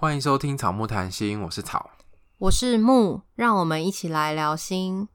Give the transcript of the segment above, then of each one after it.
欢迎收听草木谈心，我是草， 我是木，让我们一起来聊心。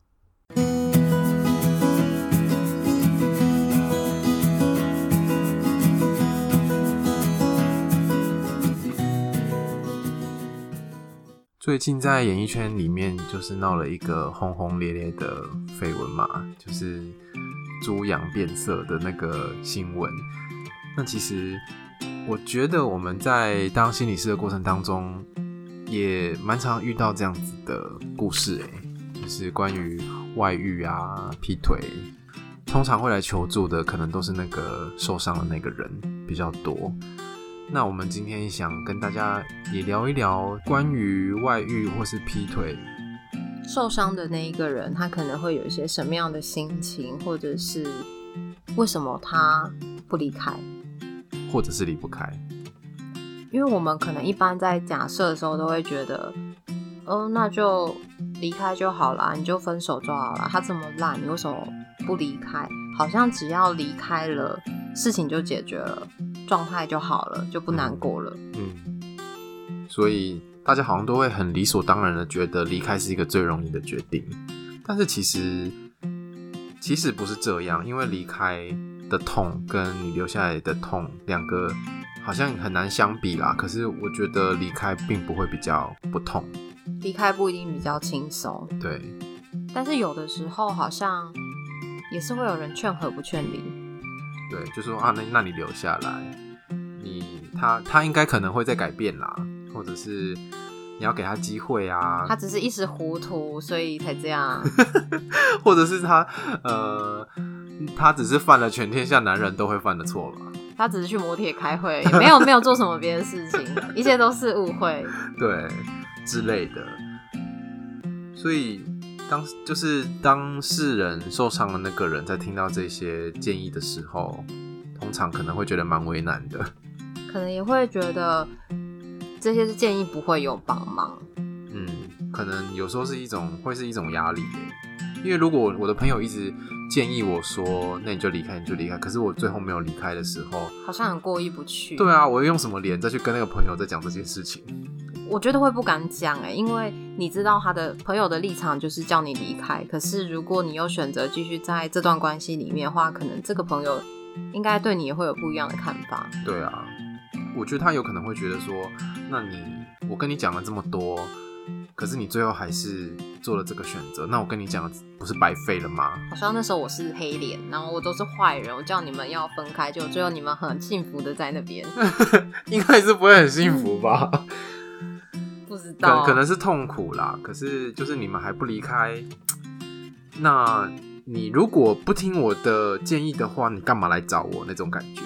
最近在演艺圈里面就是闹了一个轰轰烈烈的绯闻嘛，就是猪羊变色的那个新闻。那其实我觉得我们在当心理师的过程当中也蛮常遇到这样子的故事就是关于外遇啊、劈腿，通常会来求助的可能都是那个受伤的那个人比较多。那我们今天想跟大家也聊一聊关于外遇或是劈腿受伤的那一个人，他可能会有一些什么样的心情，或者是为什么他不离开， 或者是离不开。 因为我们可能一般在假设的时候都会觉得那就离开就好啦，你就分手就好啦，他这么烂，你为什么不离开？好像只要离开了，事情就解决了，状态就好了，就不难过了。 所以大家好像都会很理所当然的觉得离开是一个最容易的决定，但是其实不是这样，因为离开的痛跟你留下来的痛两个好像很难相比啦。可是我觉得离开并不会比较不痛， 离开不一定比较轻松， 对。 但是有的时候好像也是会有人劝和不劝离， 对，就说那你留下来，他应该可能会再改变啦，或者是你要给他机会啊， 他只是一时糊涂所以才这样或者是他只是犯了全天下男人都会犯的错吧， 他只是去摩铁开会，也没有做什么别的事情一切都是误会， 对之类的。所以就是当事人受伤的那个人在听到这些建议的时候，通常可能会觉得蛮为难的， 可能也会觉得这些建议不会有帮忙。 可能有时候会是一种压力因为如果我的朋友一直建议我说那你就离开，可是我最后没有离开的时候， 好像很过意不去。 对啊，我会用什么脸再去跟那个朋友再讲这件事情？ 我觉得会不敢讲因为你知道他的朋友的立场就是叫你离开，可是如果你又选择继续在这段关系里面的话，可能这个朋友应该对你也会有不一样的看法。 对啊，我觉得他有可能会觉得说，那我跟你讲了这么多，可是你最后还是做了这个选择，那我跟你讲不是白费了吗？ 好像那时候我是黑脸，然后我都是坏人，我叫你们要分开，就最后你们很幸福的在那边应该是不会很幸福吧不知道， 可能是痛苦啦，可是就是你们还不离开，那你如果不听我的建议的话，你干嘛来找我那种感觉。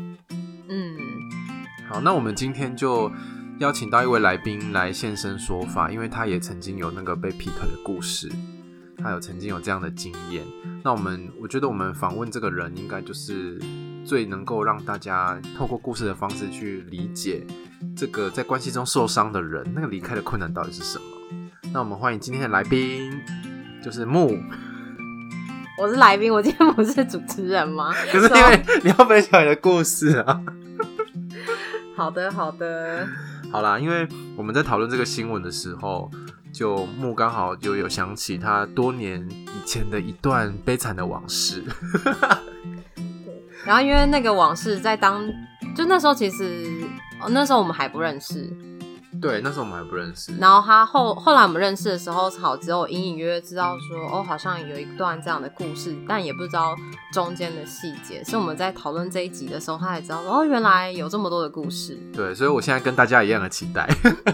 好，那我们今天就邀请到一位来宾来现身说法，因为他也曾经有那个被劈腿的故事，他曾经有这样的经验。那我觉得我们访问这个人应该就是最能够让大家透过故事的方式去理解这个在关系中受伤的人那个离开的困难到底是什么。那我们欢迎今天的来宾，就是木。 我是来宾，我今天不是主持人吗？ 可是因为你要分享你的故事啊好的好啦，因为我们在讨论这个新闻的时候，就木刚好就有想起他多年以前的一段悲惨的往事对，然后因为那个往事就那时候其实那时候我们还不认识， 对，那时候我们还不认识。 然后他后来我们认识的时候，只有隐隐约约知道说好像有一段这样的故事，但也不知道中间的细节。是我们在讨论这一集的时候，他才知道说原来有这么多的故事。 对，所以我现在跟大家一样的期待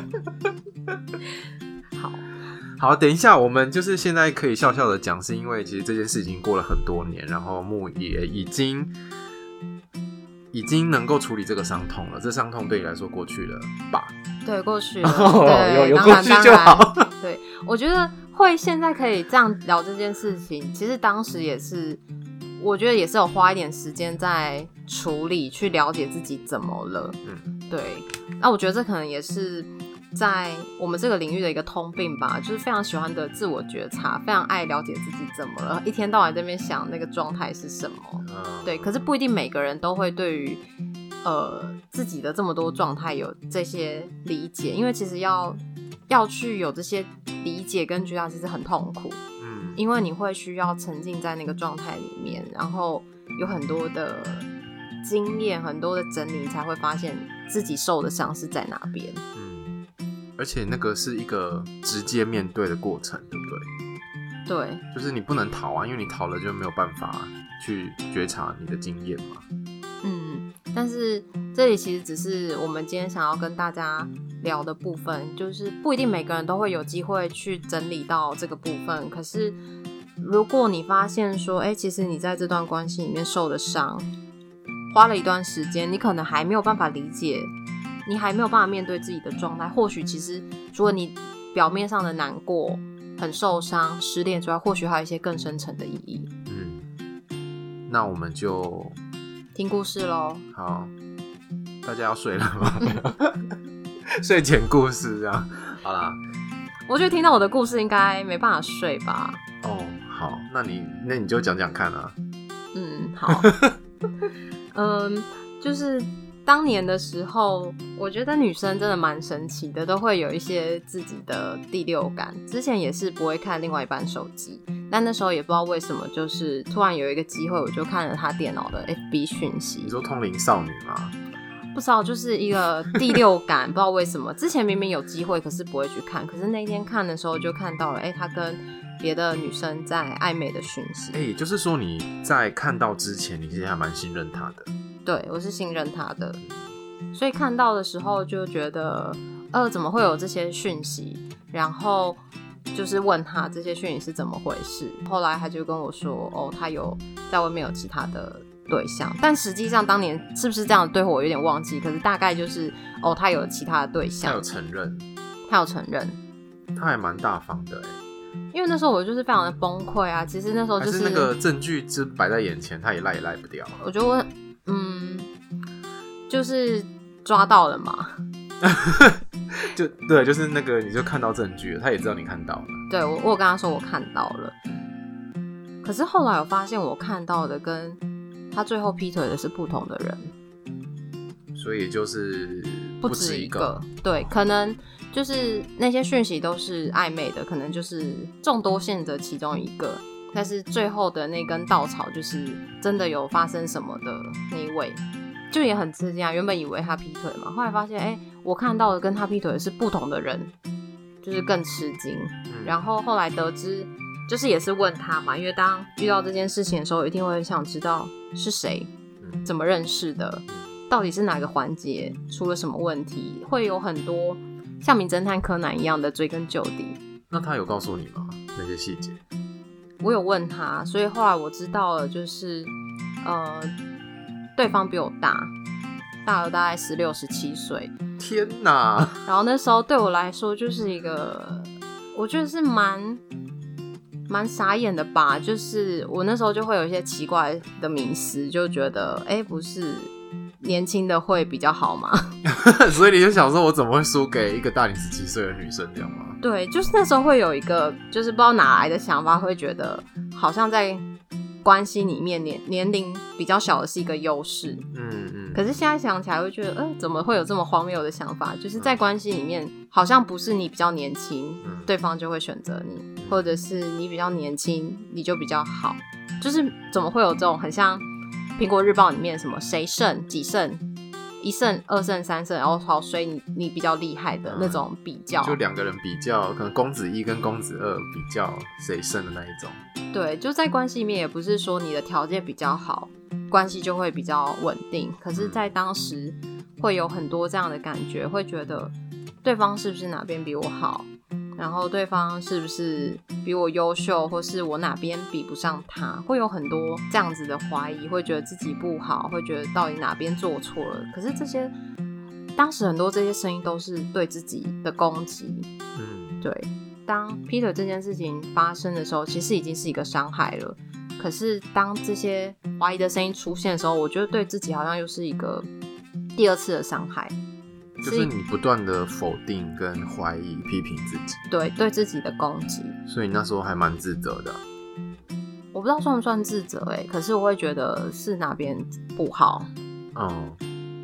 好，等一下，我们就是现在可以笑笑的讲，是因为其实这件事已经过了很多年，然后木也已经能够处理这个伤痛了。这伤痛对你来说过去了吧？对， 过去了。对， 有过去就好。 对，我觉得会现在可以这样聊这件事情，其实当时也是，我觉得也是有花一点时间在处理，去了解自己怎么了。对。那我觉得这可能也是在我们这个领域的一个通病吧，就是非常喜欢的自我觉察，非常爱了解自己怎么了，一天到晚在那边想那个状态是什么。对，可是不一定每个人都会对于自己的这么多状态有这些理解，因为其实要去有这些理解跟觉察，其实很痛苦。因为你会需要沉浸在那个状态里面，然后有很多的经验，很多的整理，才会发现自己受的伤是在哪边。 而且那个是一个直接面对的过程，对不对？ 对， 就是你不能逃啊，因为你逃了就没有办法去觉察你的经验嘛。 但是这里其实只是我们今天想要跟大家聊的部分，就是不一定每个人都会有机会去整理到这个部分。可是如果你发现说，其实你在这段关系里面受的伤，花了一段时间，你可能还没有办法理解，你还没有办法面对自己的状态。或许其实除了你表面上的难过、很受伤、失恋之外，或许还有一些更深层的意义。 那我们就听故事咯。 好，大家要睡了吗？睡前故事这样。好啦， 我觉得听到我的故事应该没办法睡吧。 好，那你就讲讲看啊。 好。就是当年的时候，我觉得女生真的蛮神奇的，都会有一些自己的第六感。之前也是不会看另外一半手机，但那时候也不知道为什么，就是突然有一个机会，我就看了他电脑的 FB 讯息。 你说通灵少女吗？ 不知道，就是一个第六感，不知道为什么。之前明明有机会，可是不会去看。可是那一天看的时候，就看到了，他跟别的女生在暧昧的讯息。 就是说你在看到之前，你其实还蛮信任他的。 对，我是信任他的，所以看到的时候就觉得，怎么会有这些讯息？然后就是问他这些讯息是怎么回事。后来他就跟我说，他有在外面有其他的对象，但实际上当年是不是这样对我有点忘记。可是大概就是，他有其他的对象， 他有承认， 他还蛮大方的因为那时候我就是非常的崩溃啊。其实那时候就是还是那个证据就摆在眼前，他也赖不掉。 我觉得我就是抓到了嘛。 对，就是那个你就看到证据了，他也知道你看到了。 对，我有跟他说我看到了。可是后来我发现我看到的跟他最后劈腿的是不同的人， 所以就是不止一个。 对，可能就是那些讯息都是暧昧的，可能就是众多线的其中一个，但是最后的那根稻草就是真的有发生什么的那一位，就也很吃惊啊。原本以为他劈腿嘛，后来发现我看到的跟他劈腿的是不同的人，就是更吃惊。然后后来得知，就是也是问他嘛，因为当遇到这件事情的时候，一定会想知道是谁，怎么认识的，到底是哪个环节出了什么问题，会有很多像名侦探柯南一样的追根究底。 那他有告诉你吗？那些细节？ 我有问他，所以后来我知道了，就是对方比我大了大概16、17岁。 天哪！ 然后那时候对我来说就是一个，我觉得是蛮傻眼的吧。就是我那时候就会有一些奇怪的迷思，就觉得不是年轻的会比较好吗？ 所以你就想说，我怎么会输给一个大你17岁的女生这样吗？ 对，就是那时候会有一个，就是不知道哪来的想法，会觉得好像在关系里面年龄比较小的是一个优势。可是现在想起来会觉得，怎么会有这么荒谬的想法？就是在关系里面，好像不是你比较年轻，对方就会选择你，或者是你比较年轻，你就比较好。就是怎么会有这种很像苹果日报里面什么谁胜几胜1胜2胜3胜，然后好所以你比较厉害的那种比较， 就两个人比较，可能公子1跟公子2比较谁胜的那一种。 对，就在关系里面也不是说你的条件比较好，关系就会比较稳定。可是在当时会有很多这样的感觉，会觉得对方是不是哪边比我好，然后对方是不是比我优秀，或是我哪边比不上他，会有很多这样子的怀疑，会觉得自己不好，会觉得到底哪边做错了。可是这些当时很多这些声音都是对自己的攻击。对，当劈腿这件事情发生的时候，其实已经是一个伤害了。可是当这些怀疑的声音出现的时候，我觉得对自己好像又是一个第二次的伤害， 就是你不断的否定跟怀疑批评自己。 对自己的攻击。 所以你那时候还蛮自责的。 我不知道算不算自责可是我会觉得是哪边不好。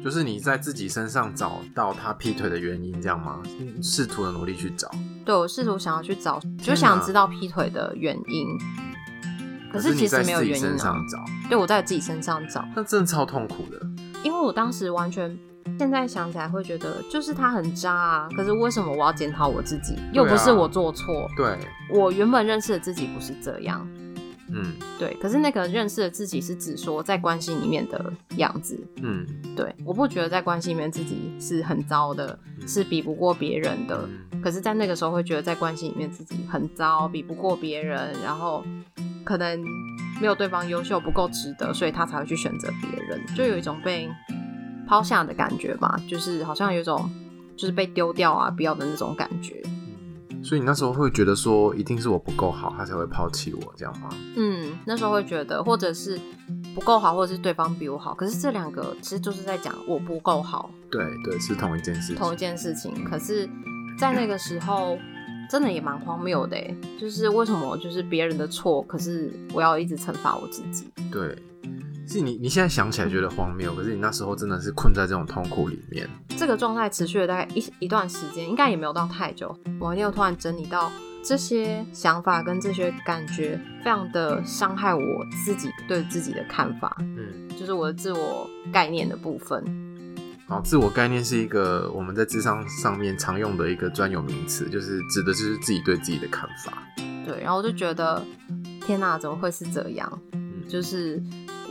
就是你在自己身上找到他劈腿的原因，这样吗？试图的努力去找。 对，我试图想要去找，就想知道劈腿的原因。可是其实没有原因啊。对，我在自己身上找， 那真的超痛苦的。 因为我当时完全，现在想起来会觉得，就是他很渣啊。可是为什么我要检讨我自己？又不是我做错。 对， 我原本认识的自己不是这样。对，可是那个认识的自己是指说在关系里面的样子。对，我不觉得在关系里面自己是很糟的，是比不过别人的。可是在那个时候会觉得在关系里面自己很糟，比不过别人，然后可能没有对方优秀，不够值得，所以他才会去选择别人，就有一种被抛下的感觉吧，就是好像有一种就是被丢掉啊，不要的那种感觉。 所以你那时候会觉得说一定是我不够好他才会抛弃我这样吗？ 那时候会觉得或者是不够好，或者是对方比我好，可是这两个其实就是在讲我不够好。 对对，是同一件事情。 可是在那个时候真的也蛮荒谬的耶，就是为什么就是别人的错，可是我要一直惩罚我自己。 对，是你现在想起来觉得荒谬，可是你那时候真的是困在这种痛苦里面。这个状态持续了大概一段时间，应该也没有到太久。某一天我突然整理到这些想法跟这些感觉非常的伤害我自己对自己的看法，就是我的自我概念的部分。好，自我概念是一个我们在諮商上面常用的一个专有名词，就是指的就是自己对自己的看法。 对，然后我就觉得天哪，怎么会是这样？就是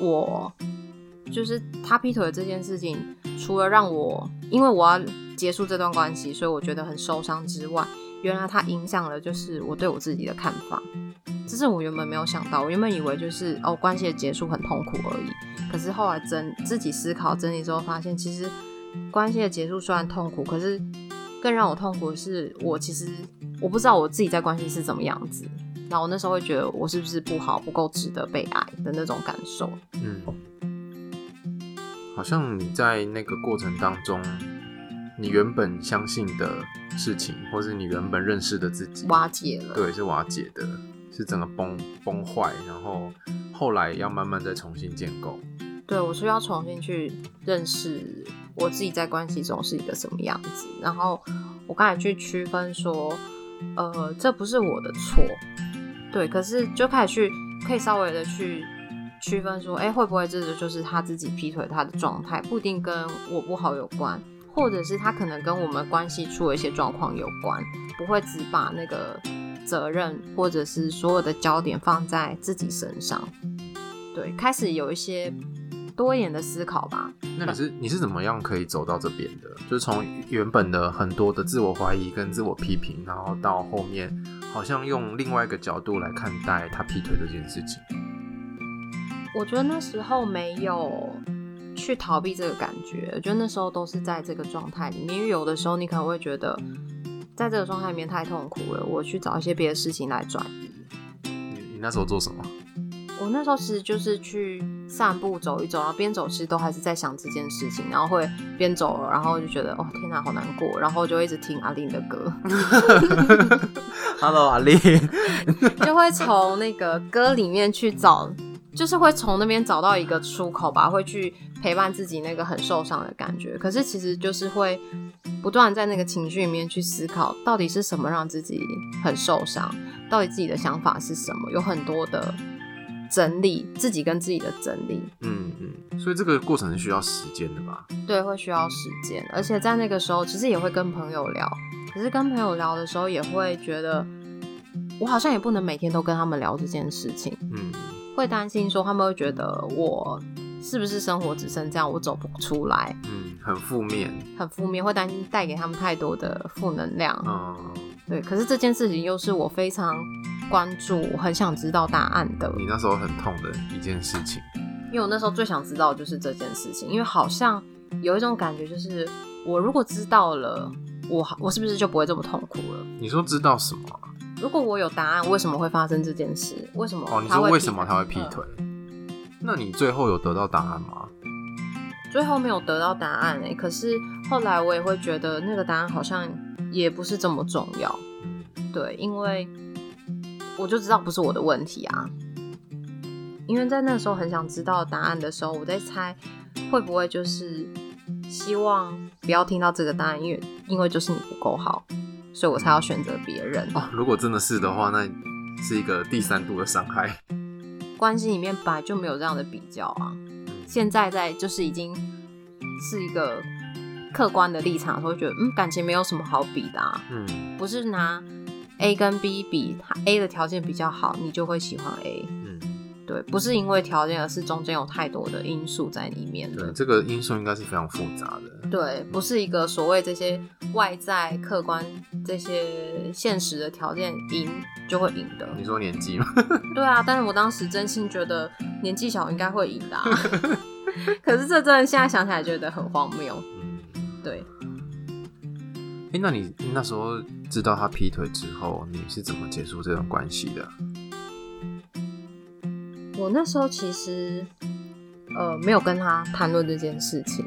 他劈腿的这件事情，除了让我因为我要结束这段关系，所以我觉得很受伤之外，原来它影响了就是我对我自己的看法。这是我原本没有想到，我原本以为就是关系的结束很痛苦而已。可是后来自己思考整理之后发现，其实关系的结束虽然痛苦，可是更让我痛苦的是我不知道我自己在关系是怎么样子。然后我那时候会觉得我是不是不好，不够值得被爱的那种感受。 好像你在那个过程当中，你原本相信的事情，或是你原本认识的自己瓦解了。 对，是瓦解的，是整个崩坏，然后后来要慢慢再重新建构。 对，我需要重新去认识我自己在关系中是一个什么样子。然后我刚才去区分说这不是我的错。对，可是就开始可以稍微的去区分说会不会这就是他自己劈腿他的状态，不一定跟我不好有关，或者是他可能跟我们关系出了一些状况有关，不会只把那个责任或者是所有的焦点放在自己身上。对，开始有一些多一点的思考吧。 那你是怎么样可以走到这边的？就是从原本的很多的自我怀疑跟自我批评，然后到后面好像用另外一个角度来看待他劈腿这件事情。 我觉得那时候没有去逃避这个感觉，我觉得那时候都是在这个状态里面。因为有的时候你可能会觉得在这个状态里面太痛苦了，我去找一些别的事情来转移。 你那时候做什么？ 我那时候其实就是去散步走一走，然后边走其实都还是在想这件事情，然后会边走了，然后就觉得天哪好难过，然后就一直听阿令的歌 Hello 阿令就会从那个歌里面去找，就是会从那边找到一个出口吧，会去陪伴自己那个很受伤的感觉。可是其实就是会不断在那个情绪里面去思考，到底是什么让自己很受伤，到底自己的想法是什么，有很多的整理，自己跟自己的整理。 所以这个过程是需要时间的吧？ 对，会需要时间，而且在那个时候其实也会跟朋友聊，可是跟朋友聊的时候也会觉得我好像也不能每天都跟他们聊这件事情。会担心说他们会觉得我是不是生活只剩这样，我走不出来。 很负面， 会担心带给他们太多的负能量。对，可是这件事情又是我非常关注，我很想知道答案的。你那时候很痛的一件事情。 因为我那时候最想知道的就是这件事情，因为好像有一种感觉，就是我如果知道了，我是不是就不会这么痛苦了？ 你说知道什么？ 如果我有答案，为什么会发生这件事？为什么他会劈腿？ 你说为什么他会劈腿？那你最后有得到答案吗？ 最后没有得到答案可是后来我也会觉得那个答案好像也不是这么重要。对，因为我就知道不是我的问题啊。因为在那时候很想知道答案的时候，我在猜会不会就是希望不要听到这个答案，因为就是你不够好，所以我才要选择别人。 如果真的是的话，那是一个第三度的伤害。 关系里面本来就没有这样的比较啊，现在就是已经是一个客观的立场，会觉得感情没有什么好比的啊。不是拿 A 跟 B 比， A 的条件比较好，你就会喜欢 A。对，不是因为条件，而是中间有太多的因素在里面的。 对，这个因素应该是非常复杂的。 对，不是一个所谓这些外在客观这些现实的条件赢就会赢的。 你说年纪吗？ 对啊，但是我当时真心觉得年纪小应该会赢的啊。可是这真的现在想起来觉得很荒谬。对。 那你那时候知道他劈腿之后，你是怎么结束这段关系的？ 我那时候其实没有跟他谈论这件事情。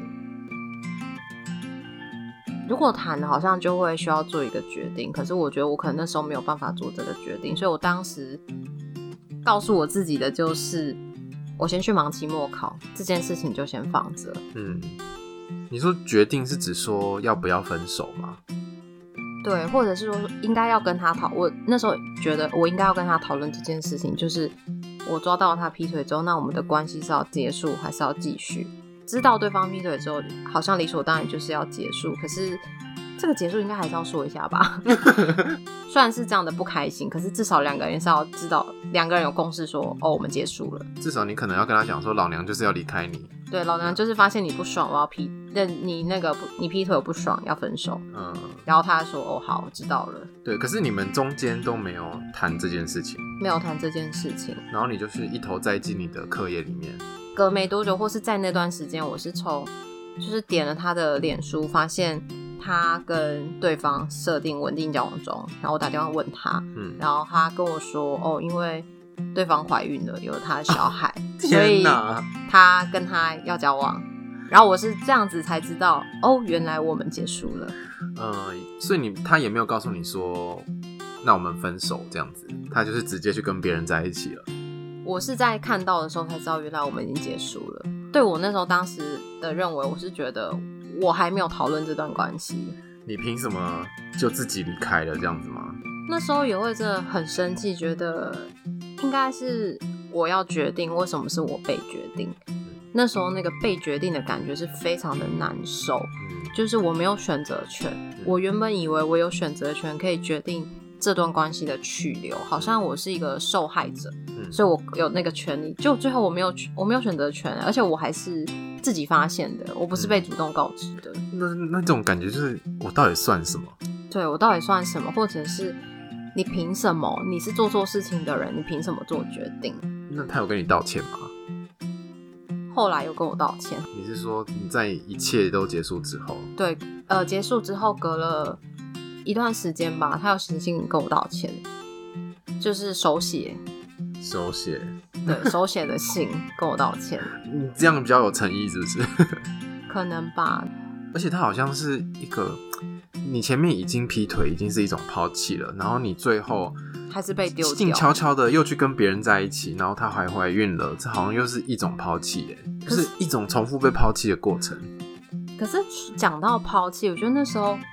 如果谈了，好像就会需要做一个决定，可是我觉得我可能那时候没有办法做这个决定，所以我当时告诉我自己的就是，我先去忙期末考，这件事情就先放着。 你说决定是指说要不要分手吗？ 对，或者是说应该要跟他我那时候觉得我应该要跟他讨论这件事情，就是我抓到他劈腿之后，那我们的关系是要结束还是要继续？知道对方劈腿之后，好像理所当然就是要结束，可是这个结束应该还是要说一下吧。虽然是这样的不开心，可是至少两个人是要知道，两个人有共识说我们结束了。 至少你可能要跟他讲说，老娘就是要离开你。 对，老娘就是发现你不爽，我要你劈腿我不爽，要分手。然后他说好，我知道了。对， 可是你们中间都没有谈这件事情， 没有谈这件事情， 然后你就是一头栽进你的课业里面。 隔没多久，或是在那段时间，我是就是点了他的脸书，发现他跟对方设定稳定交往中，然后我打电话问他，然后他跟我说因为对方怀孕了，有了他的小孩，所以他跟他要交往。然后我是这样子才知道原来我们结束了。 所以他也没有告诉你说那我们分手这样子，他就是直接去跟别人在一起了。 我是在看到的时候才知道原来我们已经结束了。对，我那时候当时的认为，我是觉得我还没有讨论这段关系， 你凭什么就自己离开了这样子吗？ 那时候也会真的很生气，觉得应该是我要决定，为什么是我被决定。那时候那个被决定的感觉是非常的难受，就是我没有选择权。我原本以为我有选择权可以决定这段关系的去留，好像我是一个受害者，所以我有那个权利。就最后我没有选择权，而且我还是自己发现的，我不是被主动告知的。 那种感觉就是我到底算什么？ 对，我到底算什么？或者是你凭什么？你是做错事情的人，你凭什么做决定？ 那他有跟你道歉吗？ 后来有跟我道歉。 你是说你在一切都结束之后？ 对，结束之后隔了一段时间吧，他有写信跟我道歉，就是手写，对，手写的信跟我道歉。 你这样比较有诚意是不是？ 可能吧。 而且他好像是一个，你前面已经劈腿，已经是一种抛弃了，然后你最后还是被丢掉， 静悄悄的又去跟别人在一起，然后她还怀孕了，这好像又是一种抛弃耶，就是一种重复被抛弃的过程。 可是讲到抛弃，我觉得那时候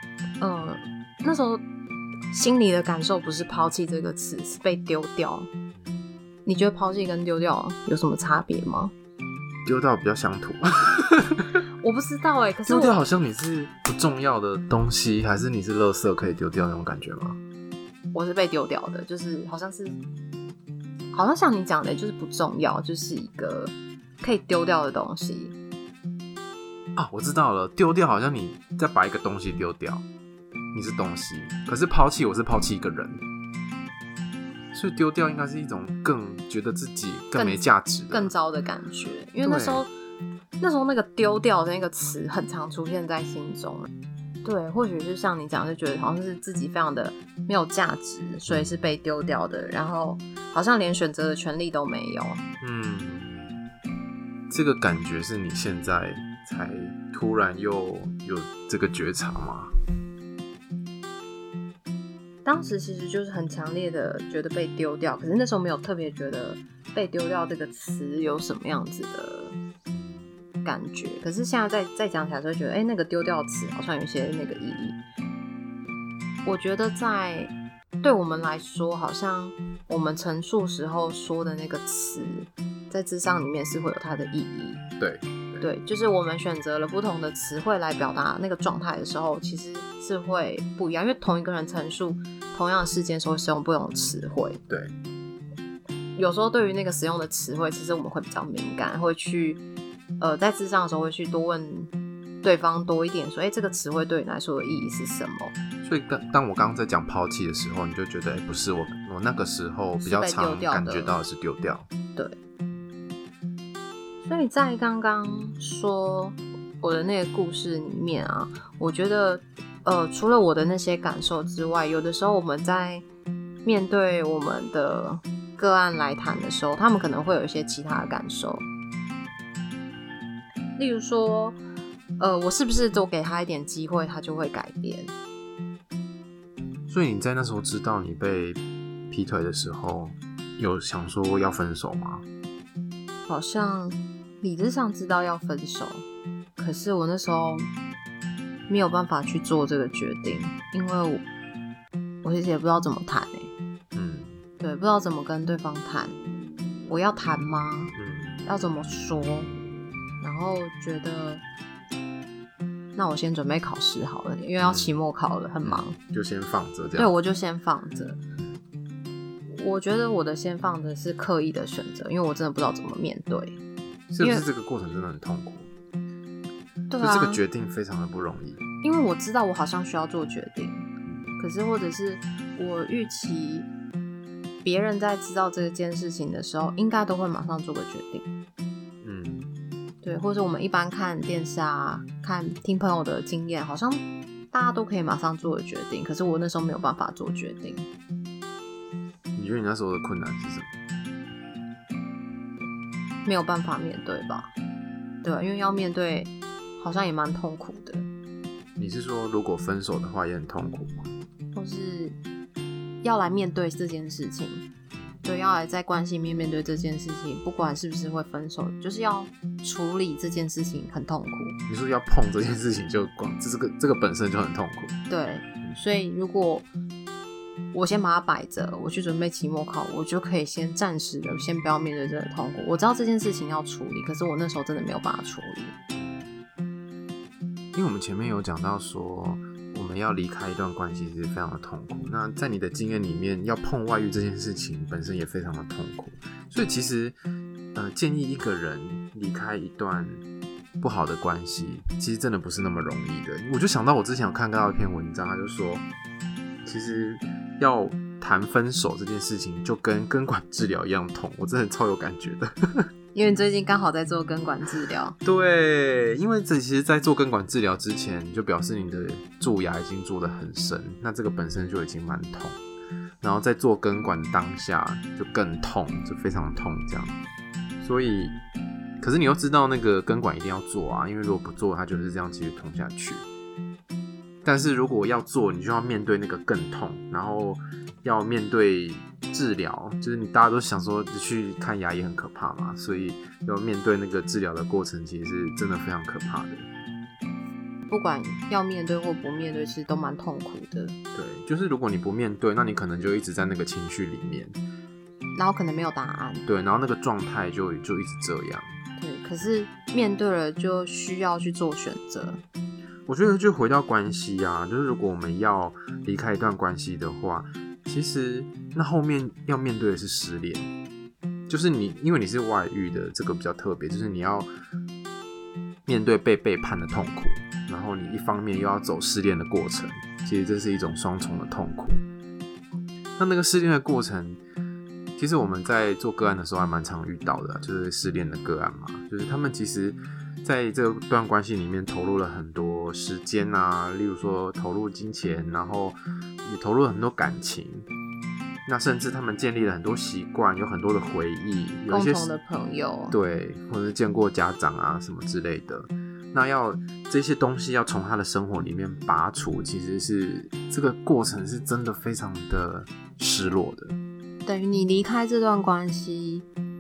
心里的感受不是抛弃这个词，是被丢掉。你觉得抛弃跟丢掉有什么差别吗？ 丢掉比较乡土。 我不知道可是丢掉好像你是不重要的东西，还是你是垃圾可以丢掉那种感觉吗？ 我是被丢掉的，就是好像像你讲的，就是不重要，就是一个可以丢掉的东西。 我知道了，丢掉好像你再把一个东西丢掉，你是东西，可是抛弃我是抛弃一个人，所以丢掉应该是一种更觉得自己更没价值的、 更糟的感觉。因为那时候那个丢掉的那个词很常出现在心中。对，或许是像你讲，就觉得好像是自己非常的没有价值，所以是被丢掉的，然后好像连选择的权利都没有。 这个感觉是你现在才突然又有这个觉察吗？ 当时其实就是很强烈的觉得被丢掉，可是那时候没有特别觉得被丢掉这个词有什么样子的感觉。可是现在再讲起来，就会觉得，那个丢掉词好像有些那个意义。我觉得对我们来说，好像我们陈述时候说的那个词，在諮商里面是会有它的意义。对，就是我们选择了不同的词汇来表达那个状态的时候，其实是会不一样，因为同一个人陈述同样的事件时候，使用不同的词汇。 对， 有时候对于那个使用的词汇，其实我们会比较敏感，会去在諮商的时候会去多问对方多一点，说这个词汇对你来说的意义是什么。 所以当我刚刚在讲抛弃的时候，你就觉得不是我那个时候比较常感觉到的是丢掉。 对。所以在刚刚说我的那个故事里面啊，我觉得除了我的那些感受之外，有的时候我们在面对我们的个案来谈的时候，他们可能会有一些其他的感受。例如说我是不是多给他一点机会，他就会改变。 所以你在那时候知道你被劈腿的时候，有想说要分手吗？ 好像理智上知道要分手，可是我那时候没有办法去做这个决定，因为我其实也不知道怎么谈对，不知道怎么跟对方谈，我要谈吗？要怎么说？然后觉得那我先准备考试好了，因为要期末考了，很忙， 就先放着这样。 对，我就先放着。我觉得我的先放着是刻意的选择，因为我真的不知道怎么面对。 是不是这个过程真的很痛苦？ 对啊， 就这个决定非常的不容易。 因为我知道我好像需要做决定，可是或者是我预期别人在知道这件事情的时候，应该都会马上做个决定。对，或者我们一般看电视啊，听朋友的经验，好像大家都可以马上做的决定，可是我那时候没有办法做决定。 你觉得你那时候的困难是什么？ 没有办法面对吧？对，因为要面对好像也蛮痛苦的。 你是说如果分手的话也很痛苦吗？ 或是要来面对这件事情，对，要来在关系里面面对这件事情，不管是不是会分手，就是要处理这件事情很痛苦。 你说要碰这件事情就光这个本身就很痛苦。 对，所以如果我先把它摆着，我去准备期末考，我就可以先暂时的先不要面对这个痛苦。我知道这件事情要处理，可是我那时候真的没有办法处理。 因为我们前面有讲到说，我们要离开一段关系是非常的痛苦。那在你的经验里面，要碰外遇这件事情本身也非常的痛苦。所以其实建议一个人离开一段不好的关系，其实真的不是那么容易的。我就想到我之前有看到一篇文章，他就说其实要谈分手这件事情就跟根管治疗一样痛，我真的超有感觉的。 因为你最近刚好在做根管治疗。 对，因为其实在做根管治疗之前，就表示你的蛀牙已经做得很深，那这个本身就已经蛮痛，然后在做根管当下就更痛，就非常痛这样。所以可是你又知道那个根管一定要做啊，因为如果不做它就是这样继续痛下去。但是如果要做，你就要面对那个更痛，然后要面对治疗，就是大家都想说去看牙医很可怕嘛，所以要面对那个治疗的过程，其实是真的非常可怕的。 不管要面对或不面对，其实都蛮痛苦的。 对，就是如果你不面对，那你可能就一直在那个情绪里面， 然后可能没有答案。 对，然后那个状态就一直这样。 对，可是面对了就需要去做选择。 我觉得就回到关系啊，就是如果我们要离开一段关系的话，其实那后面要面对的是失恋，就是因为你是外遇的，这个比较特别，就是你要面对被背叛的痛苦，然后你一方面又要走失恋的过程，其实这是一种双重的痛苦。那个失恋的过程，其实我们在做个案的时候还蛮常遇到的，就是失恋的个案嘛，就是他们其实在这段关系里面投入了很多时间啊，例如说投入金钱，然后也投入了很多感情，那甚至他们建立了很多习惯，有很多的回忆，有一些共同的朋友， 对，或者是见过家长啊什么之类的。那要这些东西要从他的生活里面拔除，其实是这个过程是真的非常的失落的。 等于你离开这段关系，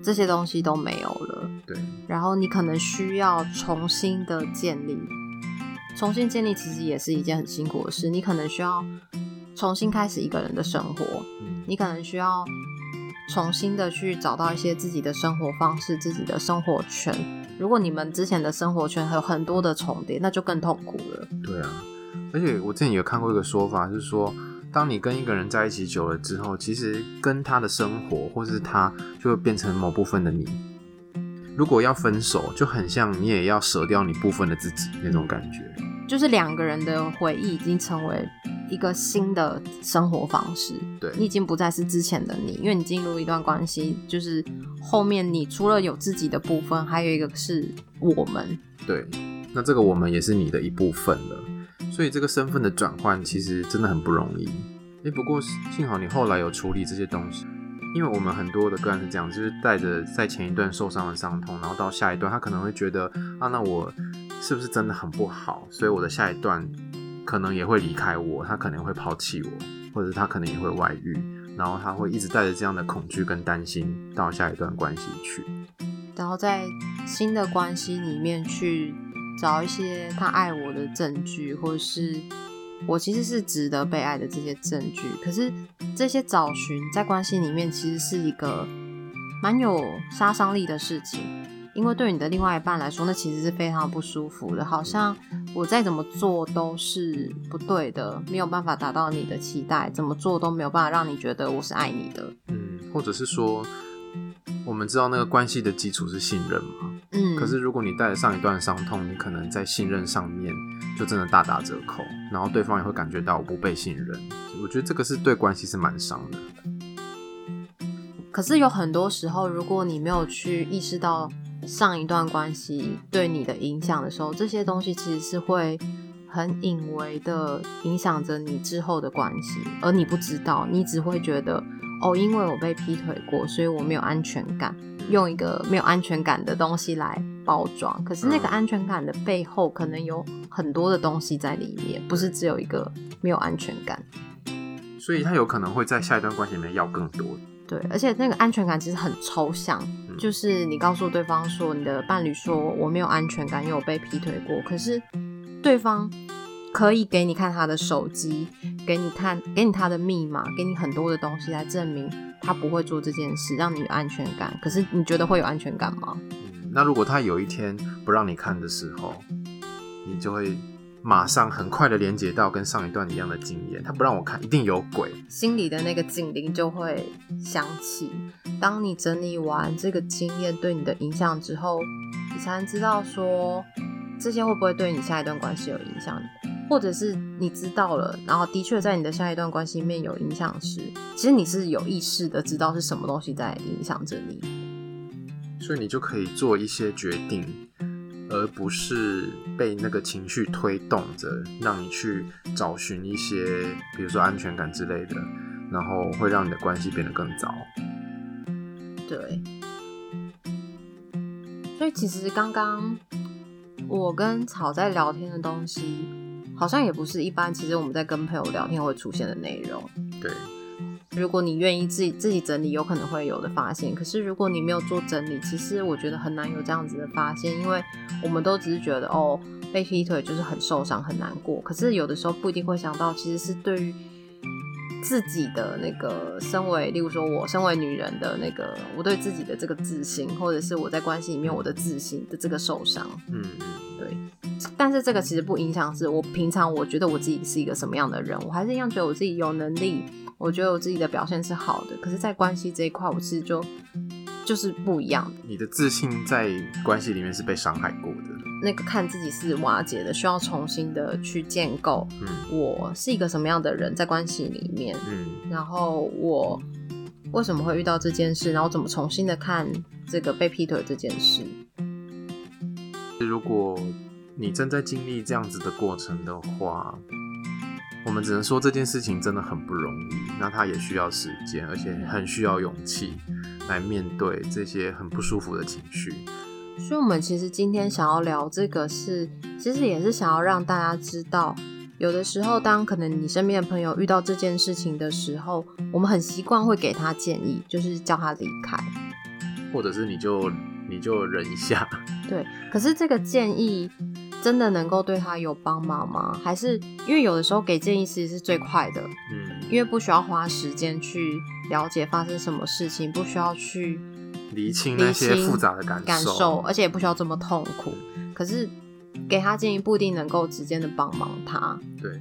这些东西都没有了， 对， 然后你可能需要重新的建立，重新建立其实也是一件很辛苦的事，你可能需要重新开始一个人的生活，你可能需要重新的去找到一些自己的生活方式，自己的生活圈。如果你们之前的生活圈还有很多的重叠，那就更痛苦了。 对啊，而且我之前有看过一个说法，就是说当你跟一个人在一起久了之后，其实跟他的生活或是他就会变成某部分的你。如果要分手，就很像你也要舍掉你部分的自己那种感觉， 就是两个人的回忆已经成为一个新的生活方式， 对， 你已经不再是之前的你，因为你进入一段关系，就是后面你除了有自己的部分，还有一个是我们， 对，那这个我们也是你的一部分了，所以这个身份的转换其实真的很不容易。不过幸好你后来有处理这些东西，因为我们很多的个案是这样，就是带着在前一段受伤的伤痛，然后到下一段他可能会觉得那我是不是真的很不好，所以我的下一段可能也会离开我，他可能会抛弃我，或者他可能也会外遇，然后他会一直带着这样的恐惧跟担心到下一段关系去， 然后在新的关系里面去找一些他爱我的证据，或者是我其实是值得被爱的这些证据。可是这些找寻在关系里面其实是一个蛮有杀伤力的事情，因为对你的另外一半来说，那其实是非常不舒服的，好像我再怎么做都是不对的，没有办法达到你的期待，怎么做都没有办法让你觉得我是爱你的。 或者是说我们知道那个关系的基础是信任嘛，可是如果你带着上一段伤痛，你可能在信任上面就真的大打折扣，然后对方也会感觉到我不被信任，我觉得这个是对关系是蛮伤的。 可是有很多时候，如果你没有去意识到上一段关系对你的影响的时候，这些东西其实是会很隐微的影响着你之后的关系，而你不知道，你只会觉得因为我被劈腿过，所以我没有安全感，用一个没有安全感的东西来包装，可是那个安全感的背后可能有很多的东西在里面，不是只有一个没有安全感， 所以他有可能会在下一段关系里面要更多。 对，而且那个安全感其实很抽象，就是你告诉对方说，你的伴侣说我没有安全感，因为我被劈腿过，可是对方可以给你看他的手机，给你他的密码，给你很多的东西来证明他不会做这件事，让你有安全感。可是你觉得会有安全感吗？ 那如果他有一天不让你看的时候，你就会马上很快的连接到跟上一段一样的经验，他不让我看一定有鬼， 心里的那个警铃就会响起。当你整理完这个经验对你的影响之后，你才能知道说这些会不会对你下一段关系有影响，或者是你知道了，然后的确在你的下一段关系里面有影响时，其实你是有意识的知道是什么东西在影响着你， 所以你就可以做一些决定，而不是被那个情绪推动着，让你去找寻一些比如说安全感之类的，然后会让你的关系变得更糟。 对，所以其实刚刚我跟草在聊天的东西好像也不是一般其实我们在跟朋友聊天会出现的内容。 对， 如果你愿意自己整理，有可能会有的发现，可是如果你没有做整理，其实我觉得很难有这样子的发现，因为我们都只是觉得被劈腿就是很受伤很难过，可是有的时候不一定会想到其实是对于自己的那个例如说我身为女人的那个我对自己的这个自信，或者是我在关系里面我的自信的这个受伤。对，但是这个其实不影响是我平常我觉得我自己是一个什么样的人，我还是一样觉得我自己有能力，我觉得我自己的表现是好的，可是在关系这一块我其实就是不一样的。 你的自信在关系里面是被伤害过的， 那个看自己是瓦解的，需要重新的去建构我是一个什么样的人在关系里面，然后我为什么会遇到这件事，然后怎么重新的看这个被劈腿这件事。 如果你正在经历这样子的过程的话，我们只能说这件事情真的很不容易，那它也需要时间，而且很需要勇气来面对这些很不舒服的情绪。 所以我们其实今天想要聊这个其实也是想要让大家知道，有的时候当可能你身边的朋友遇到这件事情的时候，我们很习惯会给他建议，就是叫他离开。 或者是你就忍一下。 对，可是这个建议真的能够对他有帮忙吗？还是因为有的时候给建议其实是最快的，因为不需要花时间去了解发生什么事情，不需要去厘清那些复杂的感受， 而且也不需要这么痛苦。可是给他建议不一定能够直接的帮忙他。 对。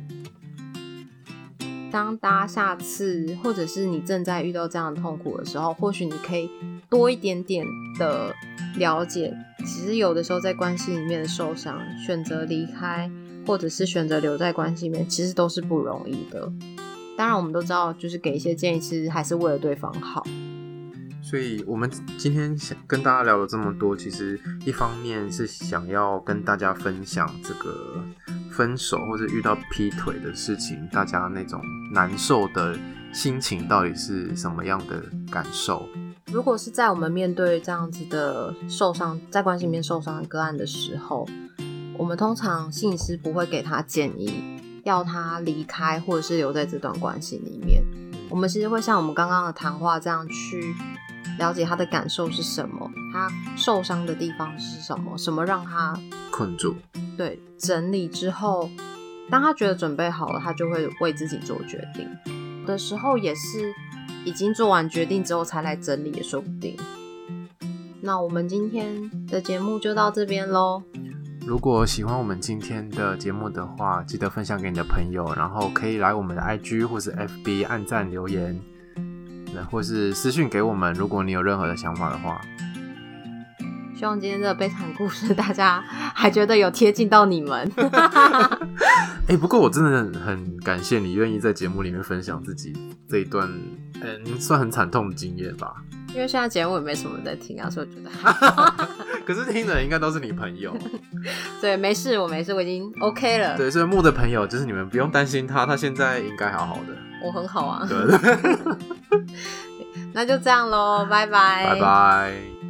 当大家下次或者是你正在遇到这样的痛苦的时候，或许你可以多一点点的了解，其实有的时候在关系里面的受伤，选择离开或者是选择留在关系里面，其实都是不容易的。当然我们都知道，就是给一些建议其实还是为了对方好。 所以我们今天跟大家聊了这么多，其实一方面是想要跟大家分享这个分手或者遇到劈腿的事情，大家那种难受的心情到底是什么样的感受。 如果是在我们面对这样子的受伤，在关系里面受伤的个案的时候，我们通常心理师不会给他建议要他离开或者是留在这段关系里面，我们其实会像我们刚刚的谈话这样去了解他的感受是什么，他受伤的地方是什么，什么让他困住。 对，整理之后，当他觉得准备好了，他就会为自己做决定。有的时候也是已经做完决定之后才来整理也说不定。那我们今天的节目就到这边咯。 如果喜欢我们今天的节目的话，记得分享给你的朋友，然后可以来我们的 IG 或是 FB 按赞留言，或是私讯给我们，如果你有任何的想法的话。 希望今天的悲惨故事大家还觉得有贴近到你们。 不过我真的很感谢你愿意在节目里面分享自己这一段算很惨痛的经验吧。 因为现在节目也没什么人在听啊，所以我觉得可是听的人应该都是你朋友。 对，没事，我没事，我已经 OK 了。 对，所以木的朋友就是你们不用担心他现在应该好好的。 我很好啊。 对。 那就这样咯，拜拜。 拜拜。